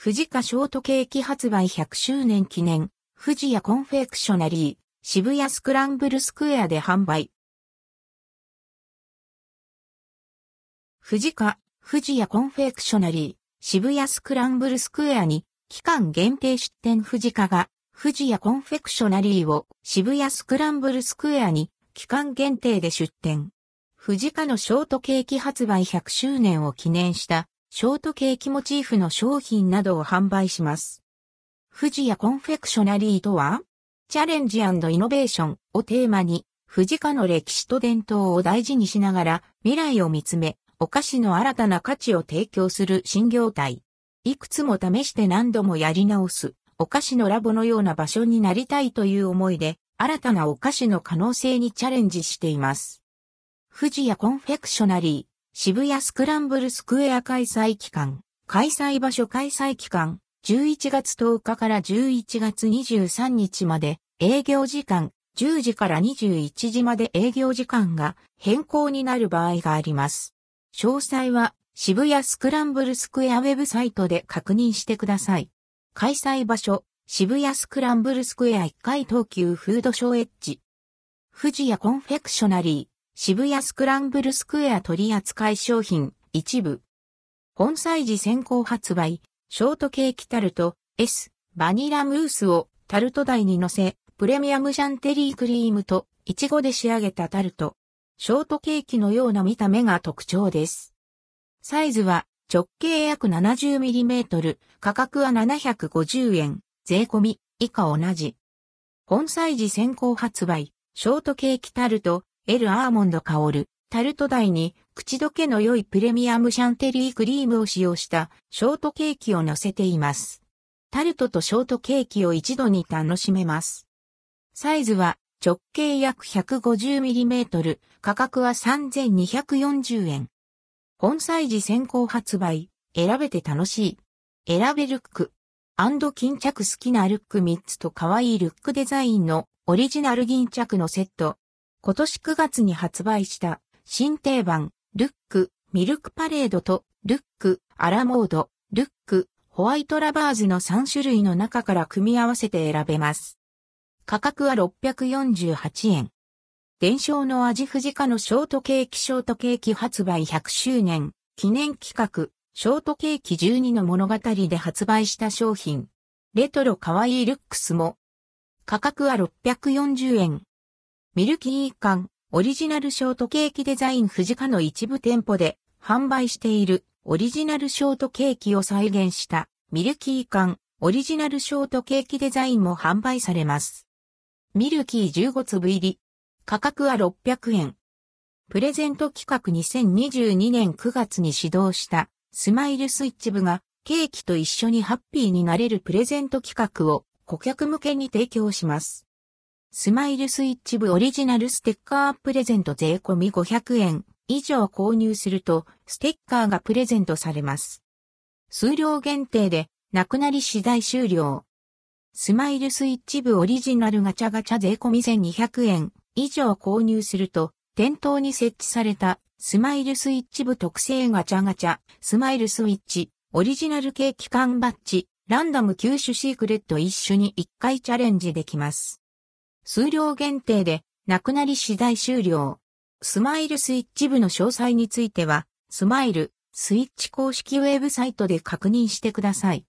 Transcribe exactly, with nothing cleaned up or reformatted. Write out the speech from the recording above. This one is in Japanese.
藤家ショートケーキ発売ひゃくしゅうねん記念、藤家コンフェクショナリー、渋谷スクランブルスクエアで販売。藤家、藤家コンフェクショナリー、渋谷スクランブルスクエアに、期間限定出店藤家が、藤家コンフェクショナリーを渋谷スクランブルスクエアに、期間限定で出店。藤家のショートケーキ発売ひゃくしゅうねんを記念した、ショートケーキモチーフの商品などを販売します。藤家コンフェクショナリーとは、チャレンジ&イノベーションをテーマに、藤家の歴史と伝統を大事にしながら、未来を見つめ、お菓子の新たな価値を提供する新業態。いくつも試して何度もやり直す、お菓子のラボのような場所になりたいという思いで、新たなお菓子の可能性にチャレンジしています。藤家コンフェクショナリー。渋谷スクランブルスクエア開催期間、開催場所開催期間、じゅういちがつとおかからじゅういちがつにじゅうさんにちまで、営業時間、じゅうじからにじゅういちじまで営業時間が変更になる場合があります。詳細は渋谷スクランブルスクエアウェブサイトで確認してください。開催場所、渋谷スクランブルスクエアいっかい東急フードショーエッジ。藤家コンフェクショナリー。渋谷スクランブルスクエア取扱商品、一部。本催事先行発売、ショートケーキタルト、S、バニラムースをタルト台に乗せ、プレミアムシャンテリークリームとイチゴで仕上げたタルト。ショートケーキのような見た目が特徴です。サイズは直径約 ななじゅうミリメートル、価格はななひゃくごじゅうえん、税込み、以下同じ。本催事先行発売、ショートケーキタルト、L アーモンド香る、タルト台に口どけの良いプレミアムシャンテリークリームを使用したショートケーキを乗せています。タルトとショートケーキを一度に楽しめます。サイズは直径約 ひゃくごじゅうミリメートル、価格はさんぜんにひゃくよんじゅうえん。本催事先行発売、選べて楽しい。選べルック。巾着好きなルックみっつと可愛いルックデザインのオリジナル巾着のセット。今年くがつに発売した新定番ルックミルクパレードとルックアラモードルックホワイトラバーズのさんしゅるいの中から組み合わせて選べます。価格はろっぴゃくよんじゅうはちえん。伝承の味藤家のショートケーキショートケーキ発売ひゃくしゅうねん記念企画ショートケーキじゅうにの物語で発売した商品。レトロかわいいルックスも。価格はろっぴゃくよんじゅうえん。ミルキー缶、オリジナルショートケーキデザイン藤家の一部店舗で販売しているオリジナルショートケーキを再現したミルキー缶、オリジナルショートケーキデザインも販売されます。ミルキーじゅうごつぶ入り。価格はろっぴゃくえん。プレゼント企画にせんにじゅうにねんくがつに始動したスマイルスイッチ部がケーキと一緒にハッピーになれるプレゼント企画を顧客向けに提供します。スマイルスイッチ部オリジナルステッカープレゼント税込みごひゃくえん以上購入するとステッカーがプレゼントされます。数量限定でなくなり次第終了。スマイルスイッチ部オリジナルガチャガチャ税込みせんにひゃくえん以上購入すると店頭に設置されたスマイルスイッチ部特製ガチャガチャスマイルスイッチオリジナルケーキ缶バッジランダムきゅう種シークレット一緒にいっかいチャレンジできます。数量限定で、なくなり次第終了。スマイルスイッチ部の詳細については、スマイル、スイッチ公式ウェブサイトで確認してください。